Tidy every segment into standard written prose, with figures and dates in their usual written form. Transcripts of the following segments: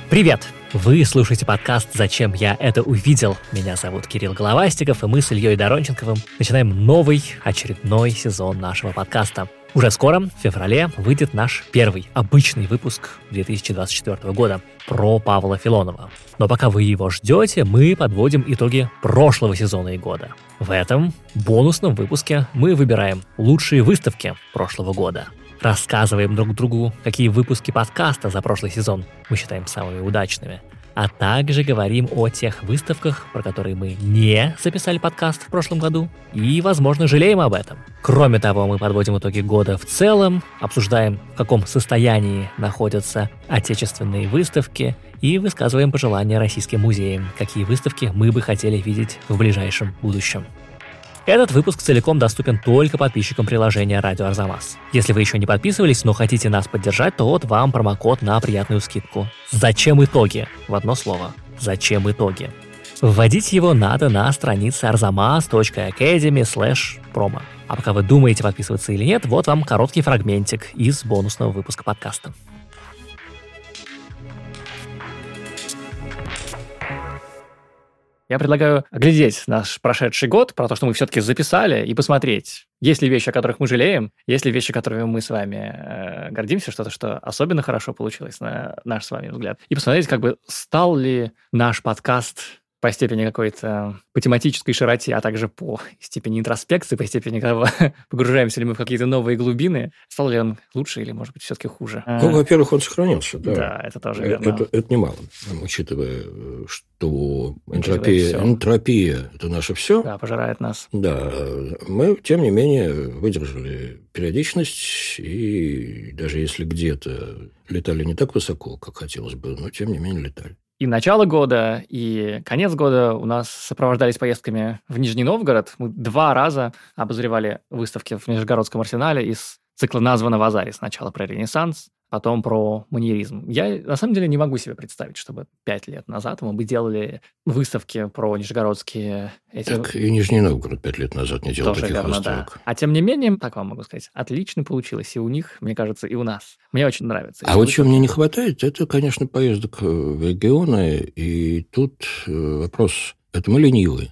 Привет! Вы слушаете подкаст «Зачем я это увидел?». Меня зовут Кирилл Головастиков, и мы с Ильей Доронченковым начинаем новый, очередной сезон нашего подкаста. Уже скоро, в феврале, выйдет наш первый обычный выпуск 2024 года про Павла Филонова. Но пока вы его ждете, мы подводим итоги прошлого сезона и года. В этом бонусном выпуске мы выбираем лучшие выставки прошлого года. Рассказываем друг другу, какие выпуски подкаста за прошлый сезон мы считаем самыми удачными. А также говорим о тех выставках, про которые мы не записали подкаст в прошлом году, и, возможно, жалеем об этом. Кроме того, мы подводим итоги года в целом, обсуждаем, в каком состоянии находятся отечественные выставки, и высказываем пожелания российским музеям, какие выставки мы бы хотели видеть в ближайшем будущем. Этот выпуск целиком доступен только подписчикам приложения «Радио Арзамас». Если вы еще не подписывались, но хотите нас поддержать, то вот вам промокод на приятную скидку. «Зачем итоги?» В одно слово. «Зачем итоги?» Вводить его надо на странице arzamas.academy/promo. А пока вы думаете, подписываться или нет, вот вам короткий фрагментик из бонусного выпуска подкаста. Я предлагаю оглядеть наш прошедший год, про то, что мы все-таки записали, и посмотреть, есть ли вещи, о которых мы жалеем, есть ли вещи, которыми мы с вами гордимся, что-то, что особенно хорошо получилось, на наш с вами взгляд. И посмотреть, стал ли наш подкаст по степени какой-то, по тематической широте, а также по степени интроспекции, по степени того, погружаемся ли мы в какие-то новые глубины, стал ли он лучше или, может быть, все-таки хуже. Ну, во-первых, он сохранился, да. Да, это тоже верно. Это немало, учитывая, что энтропия – это наше все. Да, пожирает нас. Да, мы, тем не менее, выдержали периодичность, и даже если где-то летали не так высоко, как хотелось бы, но, тем не менее, летали. И начало года, и конец года у нас сопровождались поездками в Нижний Новгород. Мы 2 раза обозревали выставки в Нижегородском арсенале из цикла «Названного Азари». Сначала про Ренессанс, потом про маньеризм. Я, на самом деле, не могу себе представить, чтобы 5 лет назад мы бы делали выставки про нижегородские... Так и Нижний Новгород 5 лет назад не делал тоже таких верно, выставок. Да. А тем не менее, так вам могу сказать, отлично получилось и у них, мне кажется, и у нас. Мне очень нравится. А вот чего мне не хватает, это, конечно, поездок в регионы. И тут вопрос, это мы ленивые?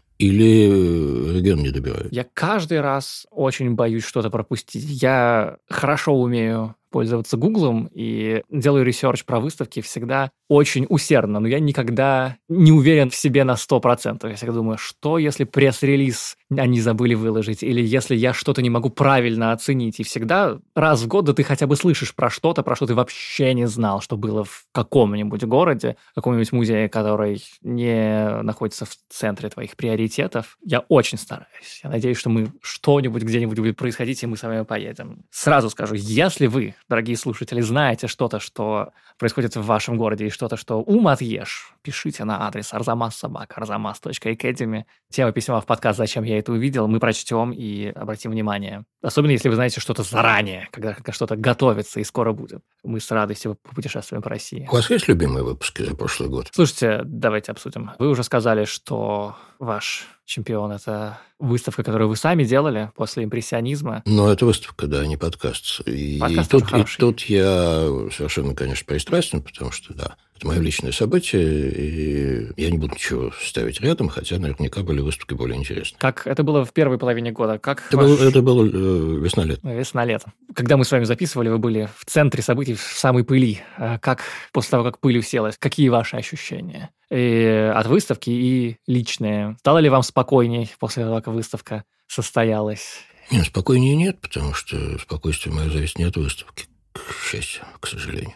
Или регион не добирают? Я каждый раз очень боюсь что-то пропустить. Я хорошо умею пользоваться Гуглом и делаю ресерч про выставки всегда очень усердно, но я никогда не уверен в себе на 100%. Я всегда думаю, что если пресс-релиз они забыли выложить, или если я что-то не могу правильно оценить. И всегда раз в год да ты хотя бы слышишь про что ты вообще не знал, что было в каком-нибудь городе, каком-нибудь музее, который не находится в центре твоих приоритетов. Я очень стараюсь. Я надеюсь, что мы что-нибудь где-нибудь будет происходить, и мы с вами поедем. Сразу скажу, если вы, дорогие слушатели, знаете что-то, что происходит в вашем городе, и что-то, что ум отъешь, пишите на адрес arzamas@arzamas.academy. Тема письма в подкаст «Зачем я это увидел?» мы прочтем и обратим внимание. Особенно, если вы знаете что-то заранее, когда что-то готовится и скоро будет. Мы с радостью попутешествуем по России. У вас есть любимые выпуски за прошлый год? Слушайте, давайте обсудим. Вы уже сказали, что ваш чемпион – это выставка, которую вы сами делали после импрессионизма. Ну, это выставка, да, не подкаст. И тут я совершенно, конечно, пристрастен, потому что, да, это мое личное событие, и я не буду ничего ставить рядом, хотя наверняка были выставки более интересные. Как это было в первой половине года? Это было весна-лето. Весна-лето. Когда мы с вами записывали, вы были в центре событий, в самой пыли. Как после того, как пыль уселась, какие ваши ощущения? И от выставки, и личные. Стало ли вам спокойней после того, как выставка состоялась? Нет, спокойнее нет, потому что спокойствие мое зависит не от выставки, к счастью, к сожалению.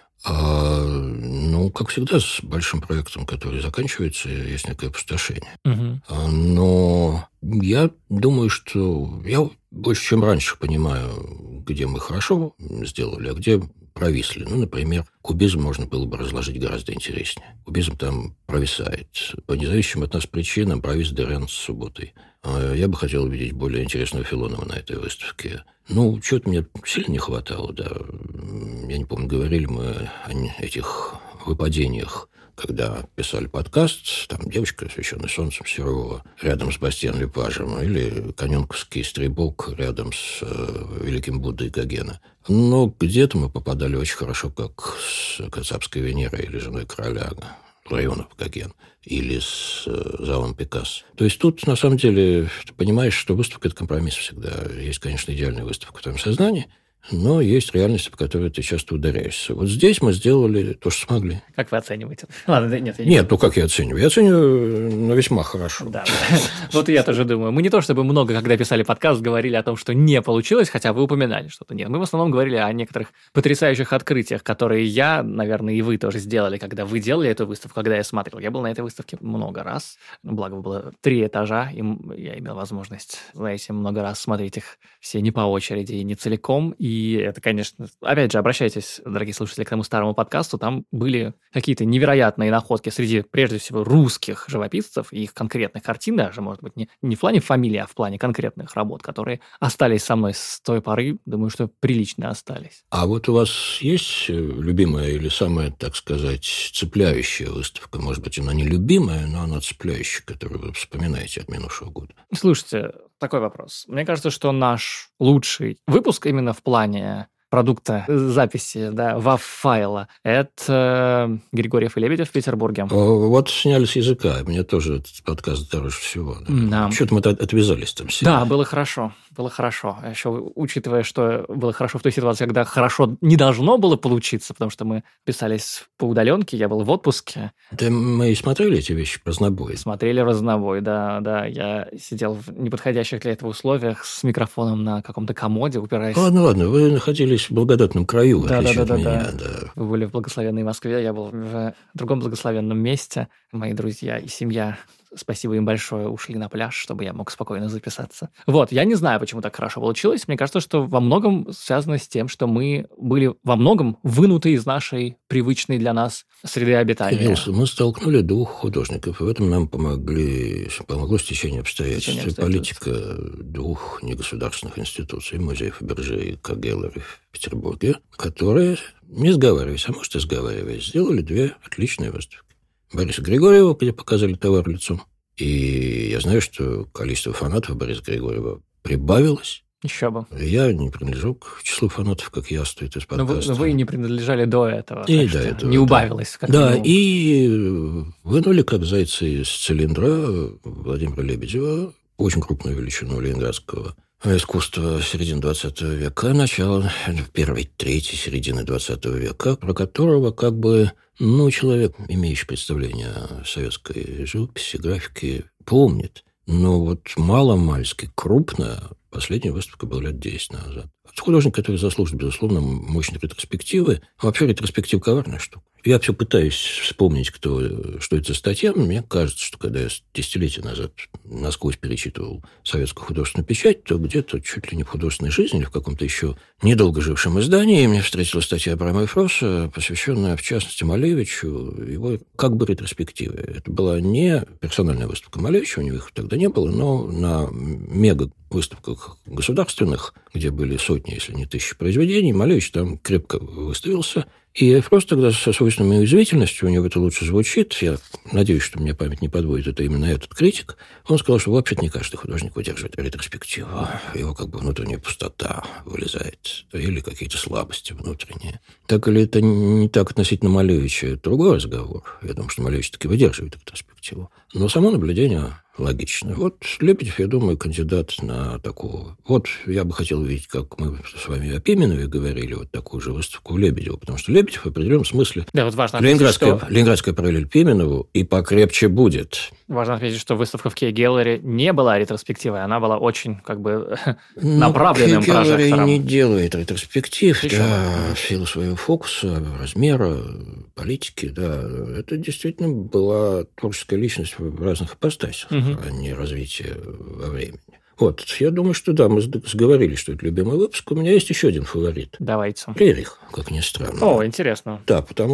Как всегда, с большим проектом, который заканчивается, есть некое опустошение. Угу. Но я думаю, что я больше, чем раньше, понимаю, где мы хорошо сделали, а где провисли. Например, кубизм можно было бы разложить гораздо интереснее. Кубизм там провисает. По независимым от нас причинам провис Дерен с субботой. Я бы хотел увидеть более интересного Филонова на этой выставке. Чего-то мне сильно не хватало, да. Я не помню, говорили мы о этих выпадениях когда писали подкаст, там «Девочка, освещенная солнцем» Серова рядом с Бастиан Лепажем, или «Каненковский стрибок» рядом с великим Буддой Гогена. Но где-то мы попадали очень хорошо, как с «Кацапской Венерой» или «Женой короля» Ларионов Гоген, или с залом Пикассо. То есть тут, на самом деле, ты понимаешь, что выставка – это компромисс всегда. Есть, конечно, идеальная выставка в твоем сознании, но есть реальность, по которой ты часто ударяешься. Вот здесь мы сделали то, что смогли. Как вы оцениваете? Ладно, нет, ну как я оцениваю? Я оцениваю, весьма хорошо. Да. Вот я тоже думаю. Мы не то чтобы много, когда писали подкаст, говорили о том, что не получилось, хотя вы упоминали что-то. Нет, мы в основном говорили о некоторых потрясающих открытиях, которые я, наверное, и вы тоже сделали, когда вы делали эту выставку, когда я смотрел. Я был на этой выставке много раз. Благо, было 3 этажа, и я имел возможность, знаете, много раз смотреть их все не по очереди и не целиком. И это, конечно, опять же, обращайтесь, дорогие слушатели, к тому старому подкасту, там были какие-то невероятные находки среди, прежде всего, русских живописцев и их конкретных картин, даже, может быть, не в плане фамилии, а в плане конкретных работ, которые остались со мной с той поры, думаю, что прилично остались. А вот у вас есть любимая или самая, так сказать, цепляющая выставка? Может быть, она не любимая, но она цепляющая, которую вы вспоминаете от минувшего года? Слушайте, такой вопрос. Мне кажется, что наш лучший выпуск именно в плане продукта записи, да, WAV-файла, это Григорьев и Лебедев в Петербурге. Вот сняли с языка. Мне тоже этот подкаст дороже всего. Да. Что-то мы отвязались там сильно. Да, было хорошо. Было хорошо. Еще учитывая, что было хорошо в той ситуации, когда хорошо не должно было получиться, потому что мы писались по удаленке, я был в отпуске. Да мы и смотрели эти вещи в разнобой. Смотрели в разнобой, да. Я сидел в неподходящих для этого условиях с микрофоном на каком-то комоде, упираясь... Ладно, вы находились в благодатном краю, в отличие от меня. Да. Вы были в благословенной Москве, я был в другом благословенном месте. Мои друзья и семья, спасибо им большое, ушли на пляж, чтобы я мог спокойно записаться. Вот, я не знаю, почему так хорошо получилось. Мне кажется, что во многом связано с тем, что мы были во многом вынуты из нашей привычной для нас среды обитания. Кирилл, мы столкнули 2 художников, и в этом нам помогло стечение обстоятельств. И политика 2 негосударственных институций, музея Фаберже и Кагеллера в Петербурге, которые, не сговариваясь, а может и сговариваясь, сделали 2 отличные выставки. Бориса Григорьева, где показали товар лицом. И я знаю, что количество фанатов Бориса Григорьева прибавилось. Еще бы. Я не принадлежу к числу фанатов, как яствует из подкаста. Но вы не принадлежали до этого. И до этого. Не убавилось. Да, и вынули, как зайцы из цилиндра, Владимира Лебедева, очень крупную величину ленинградского искусства середины 20 века, начала первой трети середины 20 века, про которого как бы, человек, имеющий представление о советской живописи, графике, помнит. Но вот мало-мальски крупная последняя выставка была лет 10 назад. Это художник, который заслужит, безусловно, мощной ретроспективы. Вообще ретроспектива коварная штука. Я все пытаюсь вспомнить, что это за статья. Мне кажется, что когда я десятилетия назад насквозь перечитывал советскую художественную печать, то где-то чуть ли не в художественной жизни или в каком-то еще недолго жившем издании мне встретилась статья Абрама Фроса, посвященная, в частности, Малевичу, его как бы ретроспективе. Это была не персональная выставка Малевича, у него их тогда не было, но на мега-выставках государственных, где были сотни, если не тысячи произведений, Малевич там крепко выставился. И просто тогда со свойственной уязвительностью, у него это лучше звучит, я надеюсь, что мне память не подводит, это именно этот критик, он сказал, что вообще-то не каждый художник выдерживает ретроспективу. Его как бы внутренняя пустота вылезает, или какие-то слабости внутренние. Так или это не так относительно Малевича, это другой разговор. Я думаю, что Малевич таки выдерживает ретроспективу. Но само наблюдение логично. Вот Лебедев, я думаю, кандидат на такого. Вот я бы хотел видеть, как мы с вами о Пименове говорили, вот такую же выставку Лебедева, потому что Лебедев в определенном смысле ленинградская параллель Пименову и покрепче будет. Важно отметить, что выставка в Кей-Геллере не была ретроспективой, она была очень как бы направленным прожектором. Кей-Геллери не делает ретроспектив, да, в силу своего фокуса, размера, политики, да. Это действительно была творческая личность в разных ипостасях, а не развитие во времени. Вот, я думаю, что да, мы сговорились, что это любимый выпуск. У меня есть еще один фаворит. Давайте. Рерих, как ни странно. О, интересно. Да, потому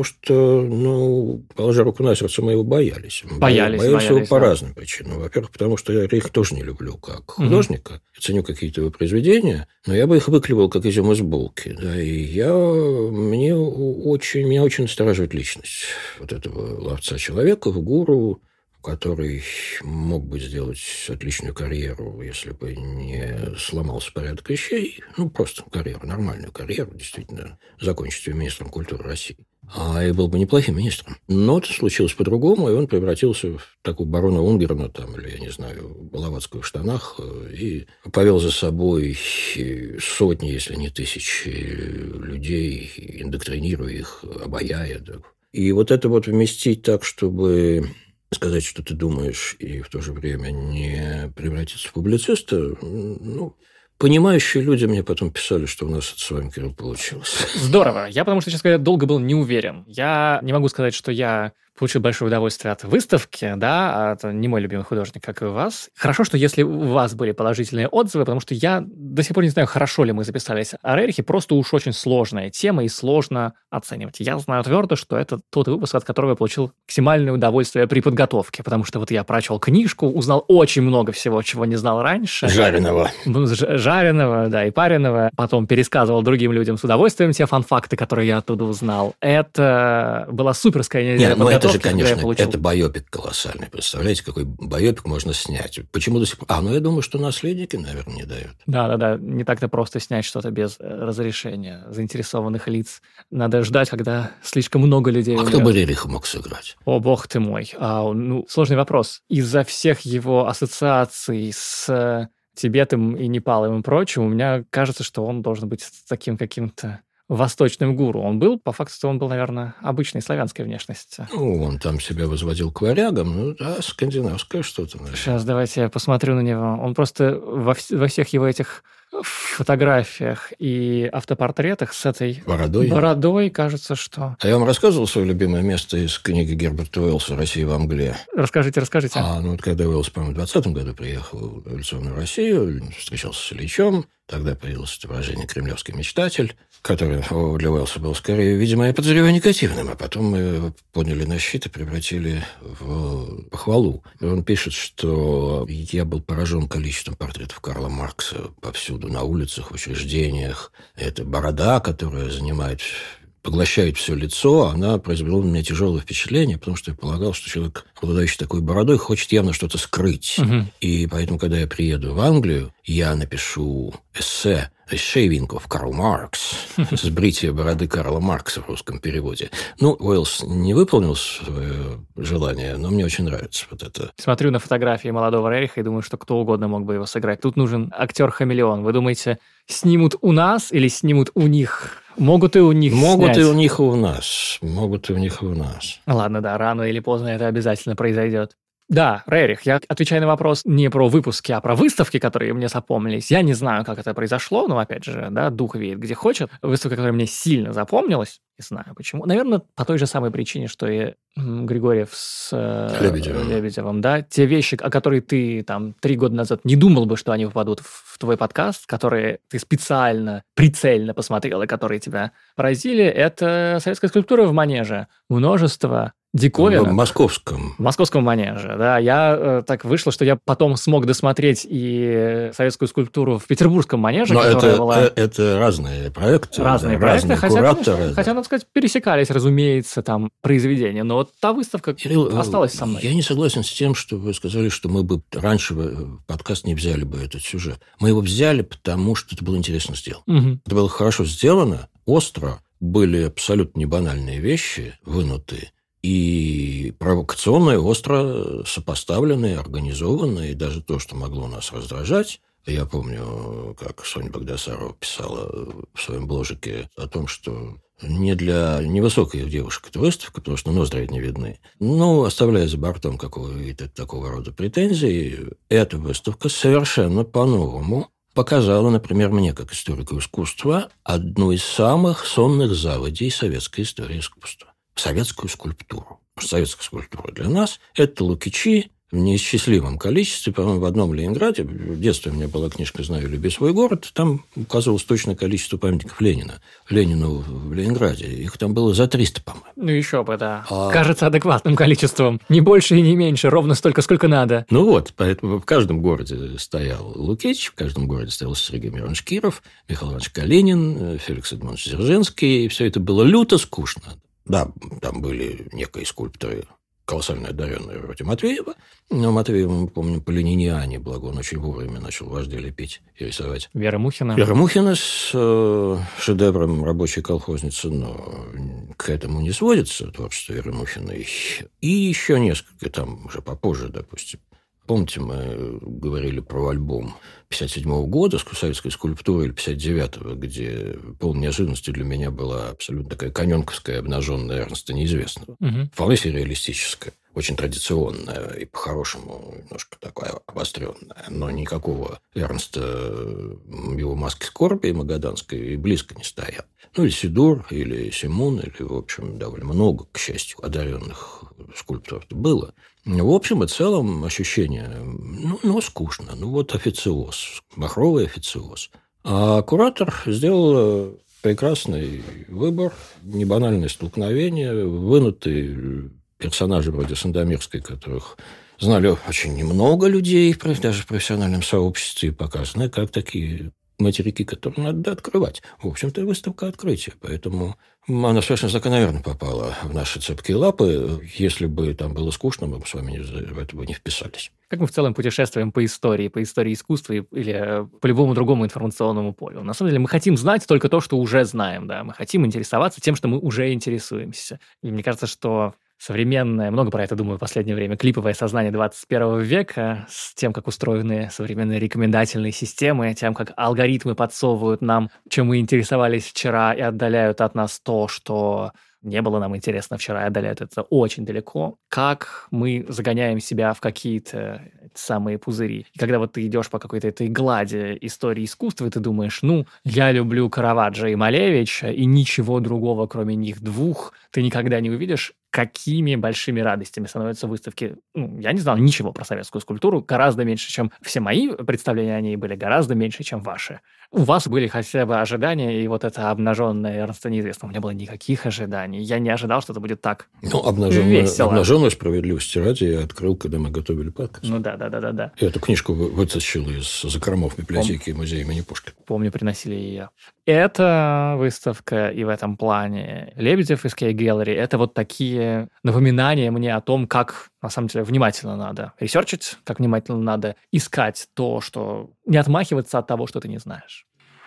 что, положа руку на сердце, мы его боялись. Боялись его по разным причинам. Во-первых, потому что я Рерих тоже не люблю как художника. Я ценю какие-то его произведения, но я бы их выклевал как изюм из булки. Да, и меня очень настораживает личность вот этого ловца человеков, гуру, который мог бы сделать отличную карьеру, если бы не сломался порядок вещей. Просто карьеру, нормальную карьеру, действительно, закончить ее министром культуры России. И был бы неплохим министром. Но это случилось по-другому, и он превратился в такого барона Унгерна, или, я не знаю, Блаватского в штанах, и повел за собой сотни, если не тысячи людей, индоктринируя их, обаяя. Да. И вот это вместить так, чтобы сказать, что ты думаешь, и в то же время не превратиться в публициста, понимающие люди мне потом писали, что у нас это с вами, Кирилл, получилось. Здорово. Я, потому что, честно говоря, долго был не уверен. Я не могу сказать, что я получил большое удовольствие от выставки, да, это не мой любимый художник, как и у вас. Хорошо, что если у вас были положительные отзывы, потому что я до сих пор не знаю, хорошо ли мы записались о Рерихе, просто уж очень сложная тема и сложно оценивать. Я знаю твердо, что это тот выпуск, от которого я получил максимальное удовольствие при подготовке, потому что я прочел книжку, узнал очень много всего, чего не знал раньше. Жареного, да, и пареного. Потом пересказывал другим людям с удовольствием те фан-факты, которые я оттуда узнал. Это была суперская неделя подготовки. Это же, конечно, это байопик колоссальный. Представляете, какой байопик можно снять? Почему до сих пор? Я думаю, что наследники, наверное, не дают. Да. Не так-то просто снять что-то без разрешения заинтересованных лиц. Надо ждать, когда слишком много людей умрет. Кто бы Рериха мог сыграть? О, бог ты мой. Сложный вопрос. Из-за всех его ассоциаций с Тибетом и Непалом и прочим, у меня кажется, что он должен быть таким каким-то восточным гуру. Он был, по факту, наверное, обычной славянской внешности. Он там себя возводил к варягам, скандинавское что-то, наверное. Сейчас давайте я посмотрю на него. Он просто во всех его этих фотографиях и автопортретах с этой бородой, кажется, что... А я вам рассказывал свое любимое место из книги Герберта Уэллса «Россия в мгле». Расскажите. Когда Уэллс, по-моему, в 2020 году приехал в революционную Россию, встречался с Ильичем, тогда появилось это выражение «кремлевский мечтатель», которое для Уэллса было скорее, видимо, я подозреваю, негативным, а потом мы его подняли на щит и превратили в похвалу. И он пишет, что я был поражен количеством портретов Карла Маркса повсюду, на улицах, в учреждениях. Это борода, которая поглощает все лицо, она произвела на меня тяжелое впечатление, потому что я полагал, что человек, обладающий такой бородой, хочет явно что-то скрыть. И поэтому, когда я приеду в Англию, я напишу эссе «The Shaving of Karl Marx» «Сбритие бороды Карла Маркса» в русском переводе. Уэллс не выполнил свое желание, но мне очень нравится вот это. Смотрю на фотографии молодого Рериха и думаю, что кто угодно мог бы его сыграть. Тут нужен актер-хамелеон. Вы думаете, снимут у нас или снимут у них? Могут и у них снять. Могут и у них, и у нас. Могут и у них, и у нас. Ладно, да, рано или поздно это обязательно произойдет. Да, Рерих, я отвечаю на вопрос не про выпуски, а про выставки, которые мне запомнились. Я не знаю, как это произошло, но, опять же, да, дух веет где хочет. Выставка, которая мне сильно запомнилась, не знаю почему. Наверное, по той же самой причине, что и Григорьев с Лебедевым, да. Те вещи, о которых ты 3 года назад не думал бы, что они попадут в твой подкаст, которые ты специально, прицельно посмотрел и которые тебя поразили, это советская скульптура в Манеже. Множество диковинок. В московском Манеже, да. Я так вышло, что я потом смог досмотреть и советскую скульптуру в Петербургском Манеже, но это разные проекты. Разные кураторы. Хотя, надо сказать, пересекались, разумеется, там произведения. Но вот та выставка осталась со мной. Я не согласен с тем, что вы сказали, что мы бы раньше в подкаст не взяли бы этот сюжет. Мы его взяли, потому что это было интересно сделано. Это было хорошо сделано, остро, были абсолютно небанальные вещи вынутые. И провокационные, остро сопоставленные, организованные, и даже то, что могло нас раздражать. Я помню, как Соня Багдасарова писала в своем бложике о том, что не для невысоких девушек эта выставка, потому что ноздри не видны. Оставляя за бортом какого-то такого рода претензии, эта выставка совершенно по-новому показала, например, мне, как историку искусства, одну из самых сонных заводей советской истории искусства. Советскую скульптуру. Советская скульптура для нас – это Лукичи, в неисчислимом количестве. По-моему, в одном Ленинграде, в детстве у меня была книжка «Знаю, люби свой город», там указывалось точное количество памятников Ленину в Ленинграде. Их там было за 300, по-моему. Ну, еще бы, да. Кажется адекватным количеством. Не больше и не меньше, ровно столько, сколько надо. Ну вот, поэтому в каждом городе стоял Лукич, в каждом городе стоял Сергей Миронович Киров, Михаил Иванович Калинин, Феликс Эдмонович Дзержинский, и все это было люто скучно. Да, там были некие скульпторы, колоссально одаренные, вроде Матвеева. Но Матвеева, мы помним, по лениниане, благо он очень вовремя начал вождей лепить и рисовать. Вера Мухина с шедевром «Рабочей колхозницы», но к этому не сводится творчество Веры Мухиной. И еще несколько, там уже попозже, допустим. Помните, мы говорили про альбом 1957 года советской скульптуры или 1959, где полной неожиданностью для меня была абсолютно такая каненковская обнаженная Эрнста Неизвестного. Вполне сюрреалистическая, очень традиционная и по-хорошему немножко такая обостренная. Но никакого Эрнста, его маски скорби магаданской и близко не стоят. Ну, или Сидор, или Симон, или, в общем, довольно много, к счастью, одаренных скульпторов было. В общем и целом ощущение, скучно. Вот официоз, махровый официоз. А куратор сделал прекрасный выбор, небанальное столкновение, вынутые персонажи вроде Сандомирской, которых знали очень немного людей, даже в профессиональном сообществе, и показаны как такие материки, которые надо открывать. В общем-то, выставка открытия. Поэтому она совершенно закономерно попала в наши цепкие лапы. Если бы там было скучно, мы бы с вами в это бы не вписались. Как мы в целом путешествуем по истории искусства или по любому другому информационному полю. На самом деле мы хотим знать только то, что уже знаем. Да? Мы хотим интересоваться тем, что мы уже интересуемся. И мне кажется, что современное, много про это думаю в последнее время, клиповое сознание 21 века с тем, как устроены современные рекомендательные системы, тем, как алгоритмы подсовывают нам, чем мы интересовались вчера, и отдаляют от нас то, что не было нам интересно вчера, и отдаляют это очень далеко. Как мы загоняем себя в какие-то самые пузыри. И когда вот ты идешь по какой-то этой глади истории искусства, и ты думаешь, я люблю Караваджо и Малевича, и ничего другого, кроме них двух, ты никогда не увидишь, какими большими радостями становятся выставки. Я не знал ничего про советскую скульптуру, гораздо меньше, чем все мои представления о ней были, гораздо меньше, чем ваши. У вас были хотя бы ожидания, и вот это обнаженное Эрнста Неизвестного. У меня было никаких ожиданий. Я не ожидал, что это будет так весело. Обнаженную справедливости ради я открыл, когда мы готовили подкаст. Да. Я эту книжку вытащил из закромов библиотеки музея имени Пушкина. Помню, приносили ее. Эта выставка и в этом плане Лебедев из Key Gallery — это вот такие напоминания мне о том, как на самом деле внимательно надо ресерчить, как внимательно надо искать то, что... Не отмахиваться от того, что ты не знаешь.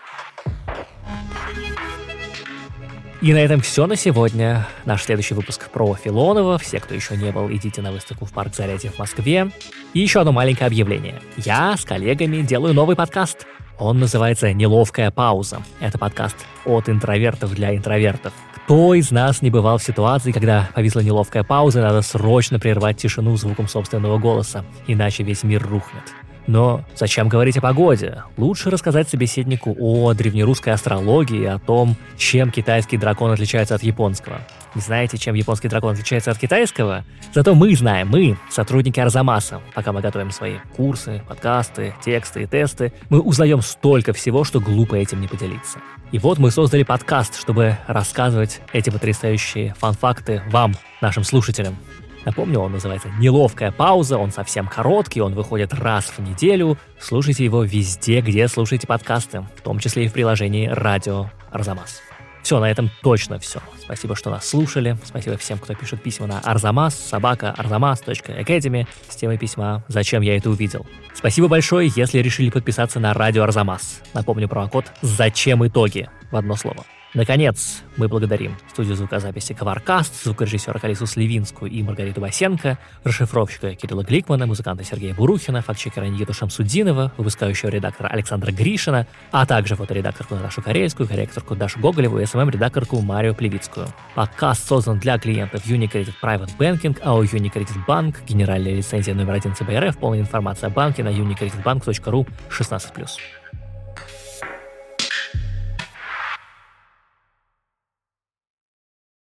И на этом все на сегодня. Наш следующий выпуск про Филонова. Все, кто еще не был, идите на выставку в Парк Зарядье в Москве. И еще одно маленькое объявление. Я с коллегами делаю новый подкаст. Он называется «Неловкая пауза». Это подкаст от интровертов для интровертов. Кто из нас не бывал в ситуации, когда повисла неловкая пауза, и надо срочно прервать тишину звуком собственного голоса, иначе весь мир рухнет. Но зачем говорить о погоде? Лучше рассказать собеседнику о древнерусской астрологии, о том, чем китайский дракон отличается от японского. Не знаете, чем японский дракон отличается от китайского? Зато мы знаем, мы, сотрудники Арзамаса. Пока мы готовим свои курсы, подкасты, тексты и тесты, мы узнаем столько всего, что глупо этим не поделиться. И вот мы создали подкаст, чтобы рассказывать эти потрясающие фан-факты вам, нашим слушателям. Напомню, он называется «Неловкая пауза», он совсем короткий, он выходит раз в неделю. Слушайте его везде, где слушаете подкасты, в том числе и в приложении «Радио Арзамас». Все, на этом точно все. Спасибо, что нас слушали. Спасибо всем, кто пишет письма на arzamas@arzamas.academy с темой письма «Зачем я это увидел?». Спасибо большое, если решили подписаться на радио Арзамас. Напомню промокод «Зачем итоги» в одно слово. Наконец, мы благодарим студию звукозаписи «Коваркаст», звукорежиссера Алису Сливинскую и Маргариту Басенко, расшифровщика Кирилла Гликмана, музыканта Сергея Бурухина, фактчекера Никиту Шамсудинова, выпускающего редактора Александра Гришина, а также фоторедакторку Наташу Корейскую, корректорку Дашу Гоголеву и СММ-редакторку Марию Плевицкую. Подкаст создан для клиентов Unicredit Private Banking, АО Unicredit Bank, генеральная лицензия номер 1 ЦБ РФ, полная информация о банке на unicreditbank.ru 16+.